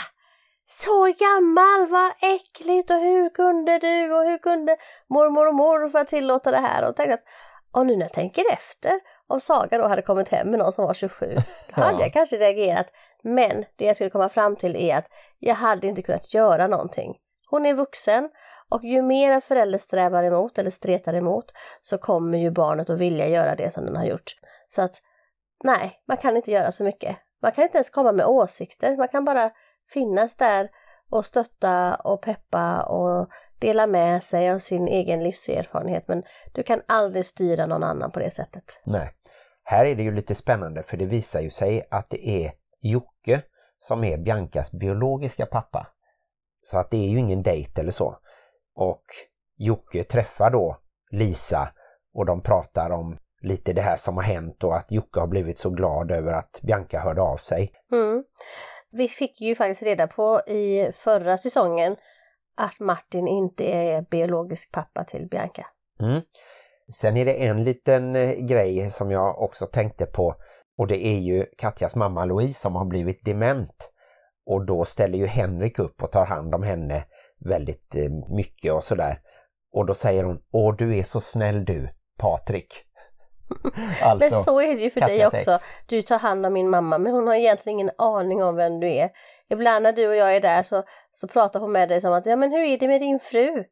A: Så gammal, vad äckligt och hur kunde du och hur kunde mormor och morfar tillåta det här och tänkte att och nu när jag tänker efter om Saga då hade kommit hem med någon som var tjugosju då hade jag kanske reagerat. Men det jag skulle komma fram till är att jag hade inte kunnat göra någonting. Hon är vuxen Och ju mer en förälder strävar emot eller stretar emot så kommer ju barnet att vilja göra det som den har gjort. Så att nej, man kan inte göra så mycket. Man kan inte ens komma med åsikter. Man kan bara finnas där och stötta och peppa och dela med sig av sin egen livserfarenhet. Men du kan aldrig styra någon annan på det sättet.
B: Nej. Här är det ju lite spännande för det visar ju sig att det är Jocke som är Biancas biologiska pappa. Så att det är ju ingen dejt eller så. Och Jocke träffar då Lisa och de pratar om lite det här som har hänt och att Jocke har blivit så glad över att Bianca hörde av sig.
A: Mm. Vi fick ju faktiskt reda på i förra säsongen att Martin inte är biologisk pappa till Bianca.
B: Mm. Sen är det en liten eh, grej som jag också tänkte på och det är ju Katjas mamma Louise som har blivit dement och då ställer ju Henrik upp och tar hand om henne väldigt eh, mycket och sådär. Och då säger hon, åh du är så snäll du, Patrik.
A: Alltså, men så är det ju för
B: Katja
A: dig också.
B: sex.
A: Du tar hand om min mamma men hon har egentligen ingen aning om vem du är. Ibland när du och jag är där så, så pratar hon med dig som att, ja men hur är det med din fru?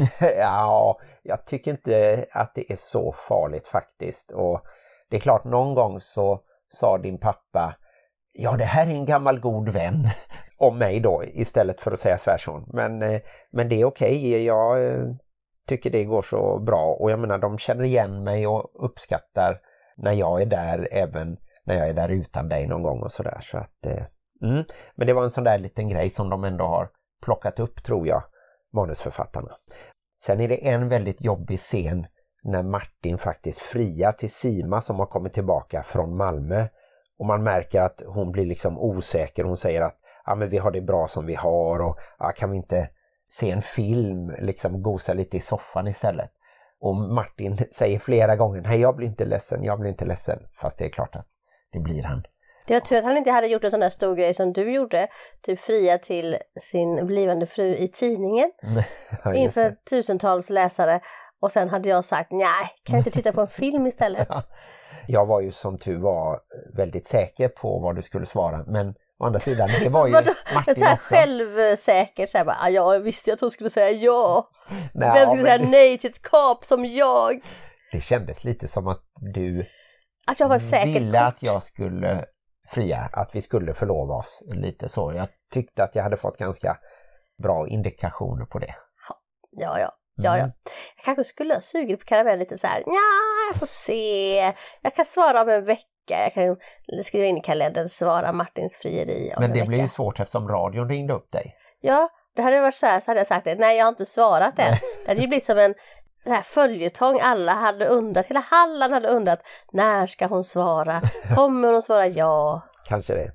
B: Ja, jag tycker inte att det är så farligt faktiskt. Och det är klart, någon gång så sa din pappa, ja det här är en gammal god vän om mig då istället för att säga svärson. Men, men det är okej, jag tycker det går så bra och jag menar de känner igen mig och uppskattar när jag är där även när jag är där utan dig någon gång och sådär. Så att, mm. Men det var en sån där liten grej som de ändå har plockat upp tror jag, manusförfattarna. Sen är det en väldigt jobbig scen när Martin faktiskt friar till Sima som har kommit tillbaka från Malmö och man märker att hon blir liksom osäker. Hon säger att ja, men vi har det bra som vi har och ja, kan vi inte se en film, liksom gosa lite i soffan istället. Och Martin säger flera gånger, nej jag blir inte ledsen, jag blir inte ledsen. Fast det är klart att det blir han.
A: Det var tur att han inte hade gjort en sån där stor grej som du gjorde. Typ fria till sin blivande fru i tidningen. Ja, inför tusentals läsare. Och sen hade jag sagt, nej, kan vi inte titta på en film istället?
B: Ja. Jag var ju som tur var väldigt säker på vad du skulle svara. Men å andra sidan, det var ju
A: Martin så här
B: också.
A: Självsäker, så här bara, jag visste att hon skulle säga ja.
B: Nej,
A: Vem skulle
B: men...
A: säga nej till ett kap som jag?
B: Det kändes lite som att du
A: att jag var säker
B: ville att jag skulle fria, att vi skulle förlova oss lite så. Jag tyckte att jag hade fått ganska bra indikationer på det.
A: Ja, ja. Ja, ja. Jag kanske skulle ha sugit på karamell lite så här. Ja, jag får se. Jag kan svara om en vecka. Jag kan skriva in i kalendern, svara Martins frieri om
B: Men det
A: en
B: blir
A: vecka.
B: ju svårt eftersom radion ringde upp dig.
A: Ja, det hade varit så här så hade jag sagt det. Nej, jag har inte svarat än. Det hade ju blivit som en det här följetong. Alla hade undrat, hela Halland hade undrat, när ska hon svara? Kommer hon svara ja?
B: Kanske det.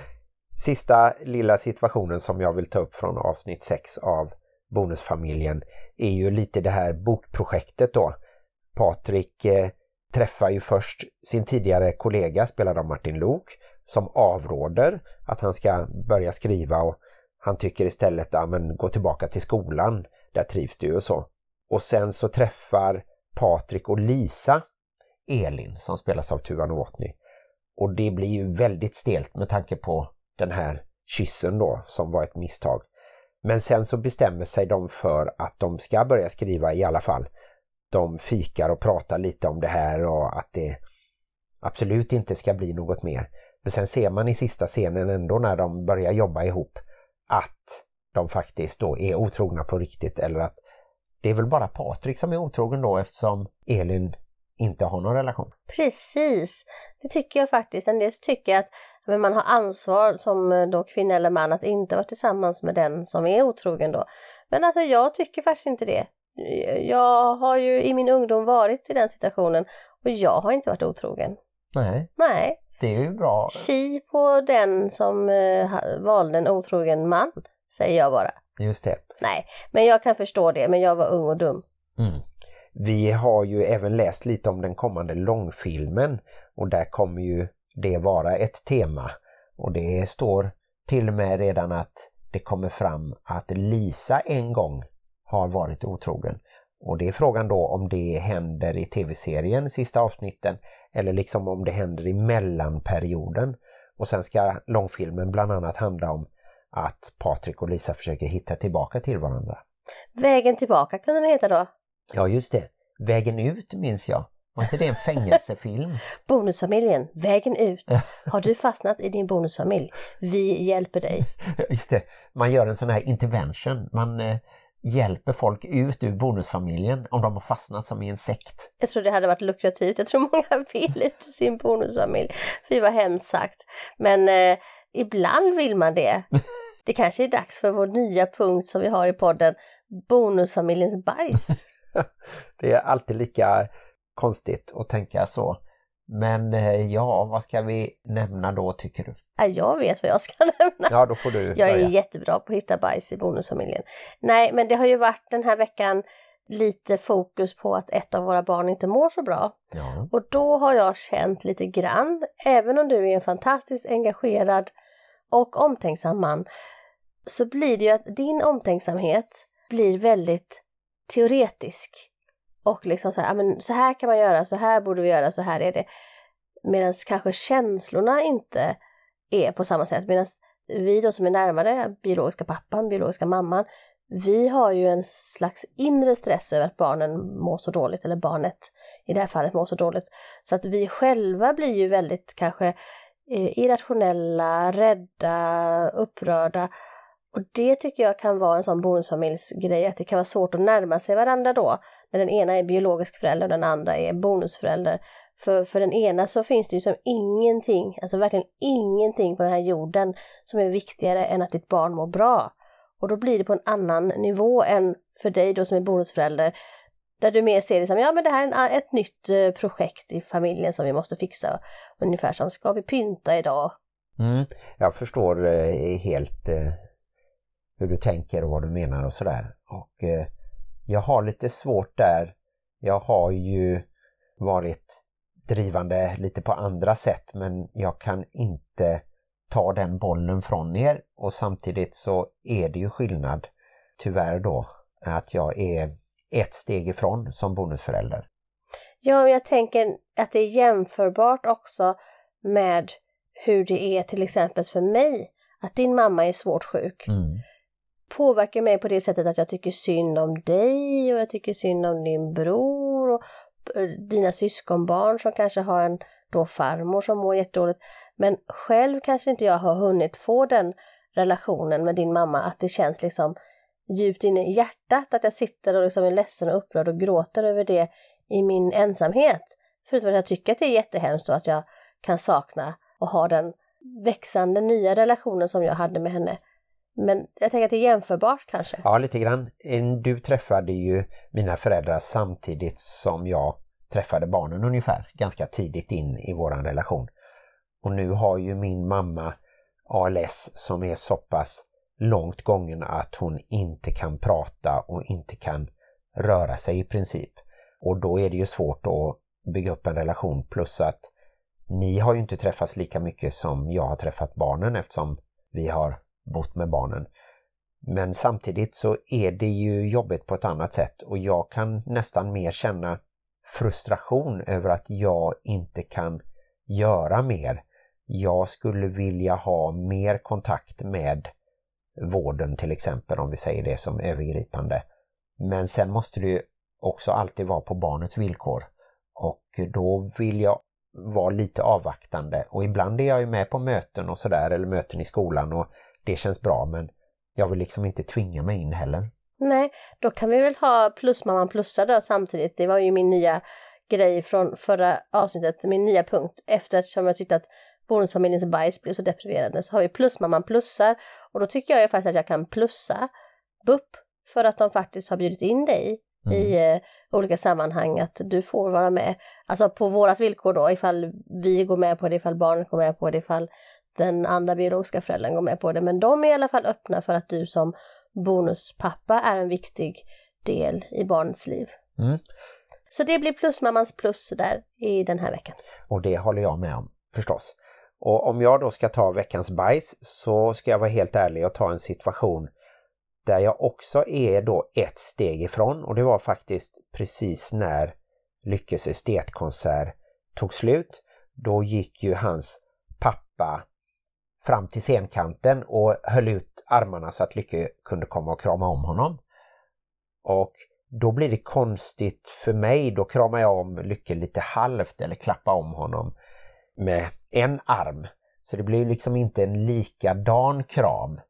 B: Sista lilla situationen som jag vill ta upp från avsnitt sex av Bonusfamiljen är ju lite det här bokprojektet då. Patrik eh, träffar ju först sin tidigare kollega, spelad av Martin Lok, som avråder att han ska börja skriva och han tycker istället att ja, gå tillbaka till skolan, där trivs du och så. Och sen så träffar Patrik och Lisa Elin som spelas av Tuva Novotny. Och det blir ju väldigt stelt med tanke på den här kyssen då som var ett misstag. Men sen så bestämmer sig de för att de ska börja skriva i alla fall. De fikar och pratar lite om det här och att det absolut inte ska bli något mer. Men sen ser man i sista scenen ändå när de börjar jobba ihop att de faktiskt då är otrogna på riktigt. Eller att det är väl bara Patrik som är otrogen då eftersom Elin inte har någon relation.
A: Precis, det tycker jag faktiskt. En del tycker att men man har ansvar som då kvinna eller man att inte vara tillsammans med den som är otrogen då. Men alltså jag tycker faktiskt inte det. Jag har ju i min ungdom varit i den situationen och jag har inte varit otrogen.
B: Nej,
A: Nej.
B: det är ju bra.
A: Tji på den som eh, valde en otrogen man, säger jag bara.
B: Just det.
A: Nej, men jag kan förstå det, men jag var ung och dum.
B: Mm. Vi har ju även läst lite om den kommande långfilmen och där kommer ju det vara ett tema. Och det står till och med redan att det kommer fram att Lisa en gång har varit otrogen. Och det är frågan då om det händer i tv-serien sista avsnitten eller liksom om det händer i mellanperioden. Och sen ska långfilmen bland annat handla om att Patrik och Lisa försöker hitta tillbaka till varandra.
A: Vägen tillbaka kunde den heta då.
B: Ja, just det. Vägen ut minns jag. Var inte det en fängelsefilm?
A: Bonusfamiljen, vägen ut. Har du fastnat i din bonusfamilj? Vi hjälper dig.
B: Just det. Man gör en sån här intervention. Man eh, hjälper folk ut ur bonusfamiljen om de har fastnat som i en sekt.
A: Jag tror det hade varit lukrativt. Jag tror många vill ut ur sin bonusfamilj. Fy vad hemskt sagt. Men eh, ibland vill man det. Det kanske är dags för vår nya punkt som vi har i podden. Bonusfamiljens bajs.
B: Det är alltid lika konstigt att tänka så. Men ja, vad ska vi nämna då tycker du?
A: Ja, jag vet vad jag ska nämna.
B: Ja, då får du
A: Jag är
B: börja.
A: jättebra på att hitta bajs i bonusfamiljen. Nej, men det har ju varit den här veckan lite fokus på att ett av våra barn inte mår så bra.
B: Ja.
A: Och då har jag känt lite grann, även om du är en fantastiskt engagerad och omtänksam man, så blir det ju att din omtänksamhet blir väldigt teoretisk. Och liksom så här, men så här kan man göra, så här borde vi göra, så här är det. Medan kanske känslorna inte är på samma sätt. Medan vi då som är närmare, biologiska pappan, biologiska mamman, vi har ju en slags inre stress över att barnen mår så dåligt, eller barnet i det här fallet mår så dåligt. Så att vi själva blir ju väldigt kanske irrationella, rädda, upprörda. Och det tycker jag kan vara en sån bonusfamiljsgrej, att det kan vara svårt att närma sig varandra då. När den ena är biologisk förälder och den andra är bonusförälder. För, för den ena så finns det ju som ingenting, alltså verkligen ingenting på den här jorden som är viktigare än att ditt barn mår bra. Och då blir det på en annan nivå än för dig då som är bonusförälder. Där du mer ser det som, ja men det här är ett nytt projekt i familjen som vi måste fixa. Ungefär som, ska vi pynta idag?
B: Mm, jag förstår eh, helt eh, hur du tänker och vad du menar och sådär. Och eh, jag har lite svårt där. Jag har ju varit drivande lite på andra sätt, men jag kan inte ta den bollen från er. Och samtidigt så är det ju skillnad, tyvärr då, att jag är ett steg ifrån som bonusförälder.
A: Ja, jag tänker att det är jämförbart också med hur det är till exempel för mig. Att din mamma är svårt sjuk.
B: Mm.
A: Påverkar mig på det sättet att jag tycker synd om dig och jag tycker synd om din bror och dina syskonbarn som kanske har en då farmor som mår jättedåligt. Men själv kanske inte jag har hunnit få den relationen med din mamma, att det känns liksom djupt inne i hjärtat att jag sitter och liksom är ledsen och upprörd och gråter över det i min ensamhet. Förutom att jag tycker att det är jättehemskt och att jag kan sakna och ha den växande nya relationen som jag hade med henne. Men jag tänker att det är jämförbart kanske.
B: Ja, lite grann. Du träffade ju mina föräldrar samtidigt som jag träffade barnen ungefär. Ganska tidigt in i våran relation. Och nu har ju min mamma A L S som är så pass långt gången att hon inte kan prata och inte kan röra sig i princip. Och då är det ju svårt att bygga upp en relation, plus att ni har ju inte träffats lika mycket som jag har träffat barnen eftersom vi har bott med barnen. Men samtidigt så är det ju jobbigt på ett annat sätt och jag kan nästan mer känna frustration över att jag inte kan göra mer. Jag skulle vilja ha mer kontakt med vården till exempel, om vi säger det som övergripande. Men sen måste det ju också alltid vara på barnets villkor. Och då vill jag vara lite avvaktande. Och ibland är jag ju med på möten och sådär, eller möten i skolan, och det känns bra, men jag vill liksom inte tvinga mig in heller. Nej,
A: då kan vi väl ha plusmamman plussar då samtidigt. Det var ju min nya grej från förra avsnittet, min nya punkt. Eftersom jag tyckte att bonusfamiljens bajs blev så depriverande så har vi plusmamman plussar. Och då tycker jag ju faktiskt att jag kan plussa B U P för att de faktiskt har bjudit in dig mm. i eh, olika sammanhang, att du får vara med. Alltså på vårat villkor då, ifall vi går med på det, ifall barnet går med på det, ifall den andra biologiska föräldern går med på det. Men de är i alla fall öppna för att du som bonuspappa är en viktig del i barnets liv.
B: Mm.
A: Så det blir plusmammans plus där i den här veckan.
B: Och det håller jag med om, förstås. Och om jag då ska ta veckans bajs så ska jag vara helt ärlig och ta en situation där jag också är då ett steg ifrån. Och det var faktiskt precis när Lyckes estetkonsert tog slut. Då gick ju hans pappa fram till scenkanten och höll ut armarna så att Lycke kunde komma och krama om honom. Och då blir det konstigt för mig. Då kramar jag om Lycke lite halvt eller klappar om honom med en arm. Så det blir liksom inte en likadan kram.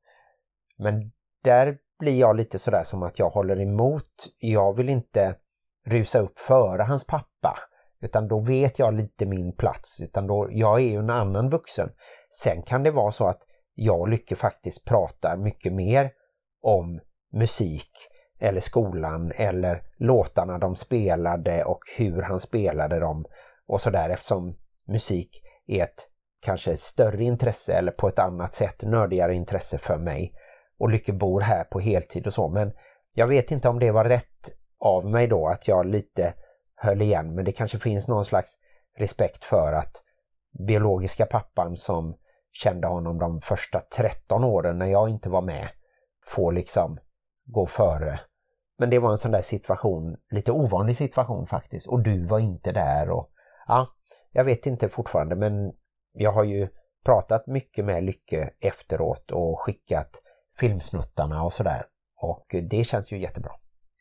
B: Men där blir jag lite sådär som att jag håller emot. Jag vill inte rusa upp före hans pappa. Utan då vet jag lite min plats. Utan då, jag är ju en annan vuxen. Sen kan det vara så att jag och Lycke faktiskt pratar mycket mer om musik eller skolan eller låtarna de spelade och hur han spelade dem och sådär, eftersom musik är ett kanske ett större intresse eller på ett annat sätt nördigare intresse för mig, och Lycke bor här på heltid och så, men jag vet inte om det var rätt av mig då att jag lite höll igen, men det kanske finns någon slags respekt för att biologiska pappan som kände honom de första tretton åren när jag inte var med får liksom gå före. Men det var en sån där situation, lite ovanlig situation faktiskt, och du var inte där och ja, jag vet inte fortfarande, men jag har ju pratat mycket med Lycke efteråt och skickat filmsnuttarna och sådär, och det känns ju jättebra.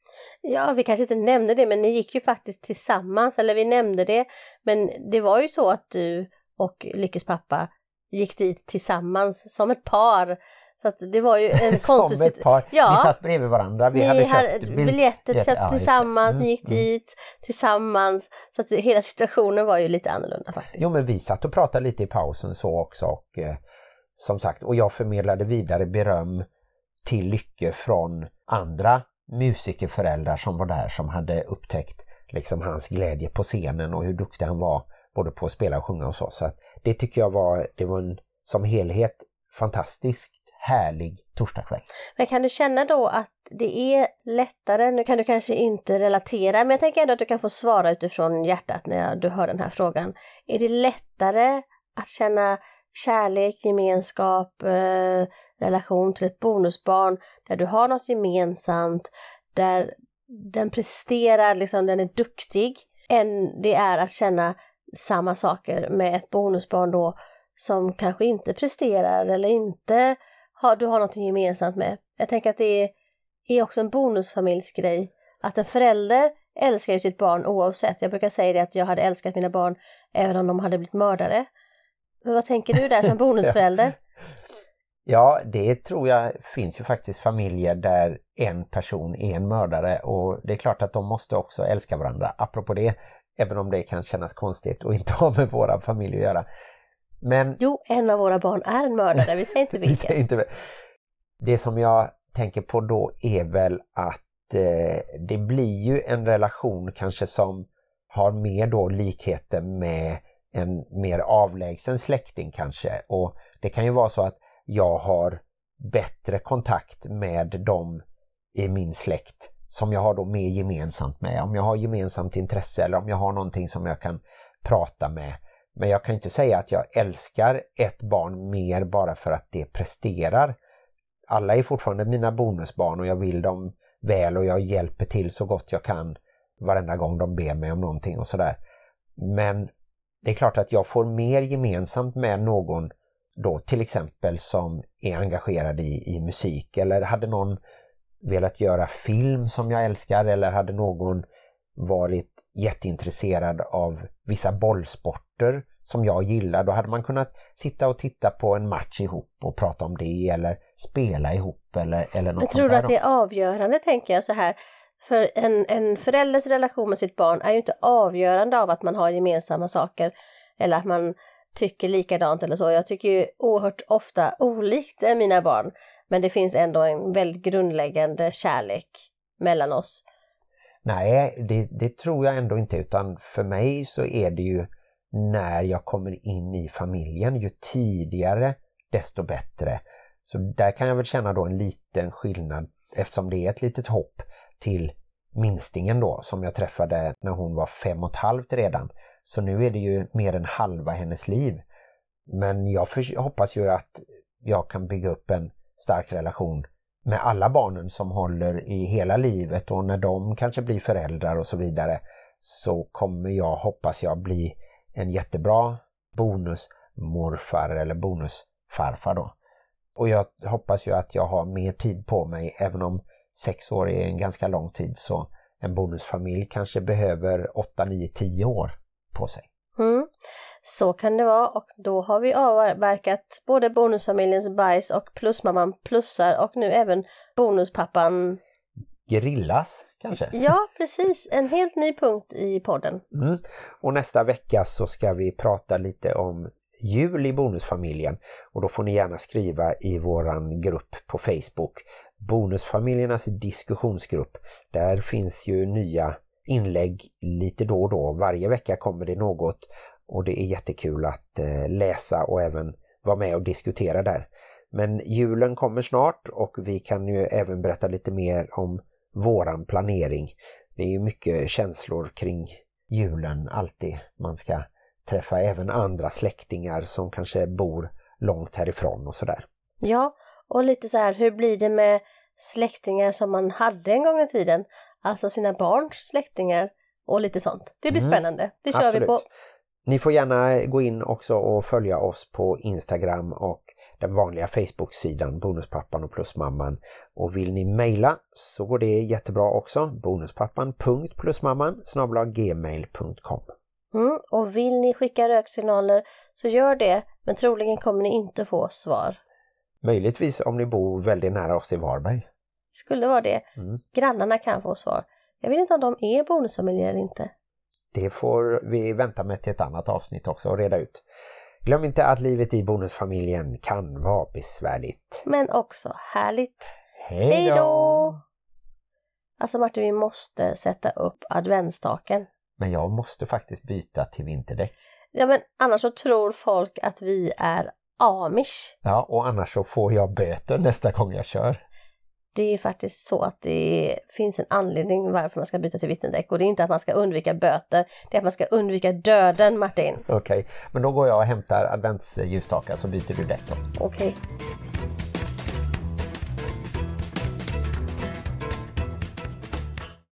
A: Ja, vi kanske inte nämnde det, men ni gick ju faktiskt tillsammans, eller vi nämnde det, men det var ju så att du och Lyckes pappa gick dit tillsammans som ett par. Så att det var ju en konstig...
B: Som ett par.
A: Ja.
B: Vi satt bredvid varandra. Vi
A: ni
B: hade
A: hade
B: köpt
A: biljetter, biljetter köpt
B: ja,
A: tillsammans,
B: mm,
A: ni gick
B: mm.
A: dit tillsammans. Så att hela situationen var ju lite annorlunda faktiskt.
B: Jo, men vi satt och pratade lite i pausen så också. Och eh, som sagt, och jag förmedlade vidare beröm till Lycke från andra musikerföräldrar som var där, som hade upptäckt liksom hans glädje på scenen och hur duktig han var både på att spela och sjunga och så. Så att det tycker jag var, det var en som helhet fantastiskt härlig torsdagskväll.
A: Men kan du känna då att det är lättare, nu kan du kanske inte relatera, men jag tänker ändå att du kan få svara utifrån hjärtat när du hör den här frågan. Är det lättare att känna kärlek, gemenskap, eh, relation till ett bonusbarn där du har något gemensamt, där den presterar, liksom den är duktig, än det är att känna samma saker med ett bonusbarn då som kanske inte presterar eller inte har, du har något gemensamt med. Jag tänker att det är, är också en bonusfamiljsgrej. Att en förälder älskar ju sitt barn oavsett. Jag brukar säga det att jag hade älskat mina barn även om de hade blivit mördare. Men vad tänker du där som bonusförälder?
B: Ja, det tror jag finns ju faktiskt familjer där en person är en mördare, och det är klart att de måste också älska varandra. Apropå det, även om det kan kännas konstigt och inte ha med våra familj att göra. Men
A: jo, en av våra barn är en mördare, vi säger inte vilken.
B: inte, det som jag tänker på då är väl att eh, det blir ju en relation kanske som har mer då likheter med en mer avlägsen släkting kanske. Och det kan ju vara så att jag har bättre kontakt med dem i min släkt som jag har då mer gemensamt med. Om jag har gemensamt intresse eller om jag har någonting som jag kan prata med. Men jag kan inte säga att jag älskar ett barn mer bara för att det presterar. Alla är fortfarande mina bonusbarn och jag vill dem väl och jag hjälper till så gott jag kan varenda gång de ber mig om någonting och sådär. Men det är klart att jag får mer gemensamt med någon då till exempel som är engagerad i, i musik, eller hade någon velat göra film som jag älskar, eller hade någon varit jätteintresserad av vissa bollsporter som jag gillar, då hade man kunnat sitta och titta på en match ihop och prata om det eller spela ihop eller, eller något.
A: Men tror du att det är avgörande, tänker jag så här, för en, en förälders relation med sitt barn är ju inte avgörande av att man har gemensamma saker eller att man tycker likadant eller så. Jag tycker ju oerhört ofta olikt mina barn, men det finns ändå en väldigt grundläggande kärlek mellan oss.
B: Nej, det, det tror jag ändå inte, utan för mig så är det ju när jag kommer in i familjen, ju tidigare desto bättre. Så där kan jag väl känna då en liten skillnad, eftersom det är ett litet hopp till minstingen då som jag träffade när hon var fem och ett halvt redan. Så nu är det ju mer än halva hennes liv. Men jag för, hoppas ju att jag kan bygga upp en stark relation med alla barnen som håller i hela livet, och när de kanske blir föräldrar och så vidare, så kommer jag, hoppas jag, bli en jättebra bonusmorfar eller bonusfarfar då. Och jag hoppas ju att jag har mer tid på mig, även om sex år är en ganska lång tid, så en bonusfamilj kanske behöver åtta, nio, tio år på sig.
A: Mm. Så kan det vara, och då har vi avverkat både bonusfamiljens bajs och plusmamman plussar och nu även bonuspappan
B: Grillas kanske?
A: Ja, precis. En helt ny punkt i podden.
B: Mm. Och nästa vecka så ska vi prata lite om jul i bonusfamiljen, och då får ni gärna skriva i våran grupp på Facebook, Bonusfamiljernas diskussionsgrupp. Där finns ju nya inlägg lite då och då. Varje vecka kommer det något, och det är jättekul att eh, läsa och även vara med och diskutera där. Men julen kommer snart, och vi kan ju även berätta lite mer om våran planering. Det är ju mycket känslor kring julen alltid. Man ska träffa även andra släktingar som kanske bor långt härifrån och sådär.
A: Ja, och lite så här, hur blir det med släktingar som man hade en gång i tiden? Alltså sina barns släktingar och lite sånt. Det blir mm. spännande. Det kör
B: Absolut.
A: vi på.
B: Ni får gärna gå in också och följa oss på Instagram och den vanliga Facebook-sidan Bonuspappan och Plusmamman. Och vill ni mejla så går det jättebra också. bonuspappan punkt plusmamman snabel-a gmail punkt com.
A: Mm, och vill ni skicka röksignaler så gör det, men troligen kommer ni inte få svar.
B: Möjligtvis om ni bor väldigt nära oss i Varberg.
A: Skulle vara det.
B: Mm.
A: Grannarna kan få svar. Jag vet inte om de är bonusfamiljer eller inte.
B: Det får vi vänta med till ett annat avsnitt också och reda ut. Glöm inte att livet i bonusfamiljen kan vara besvärligt.
A: Men också härligt.
B: Hej då!
A: Alltså Martin, vi måste sätta upp adventstaken.
B: Men jag måste faktiskt byta till vinterdäck.
A: Ja, men annars så tror folk att vi är amish.
B: Ja, och annars så får jag böter nästa gång jag kör.
A: Det är faktiskt så att det finns en anledning varför man ska byta till vinterdäck. Och det är inte att man ska undvika böter. Det är att man ska undvika döden, Martin.
B: Okej, okay. Men då går jag och hämtar adventsljusstakar så byter du däck då.
A: Okej. Okay.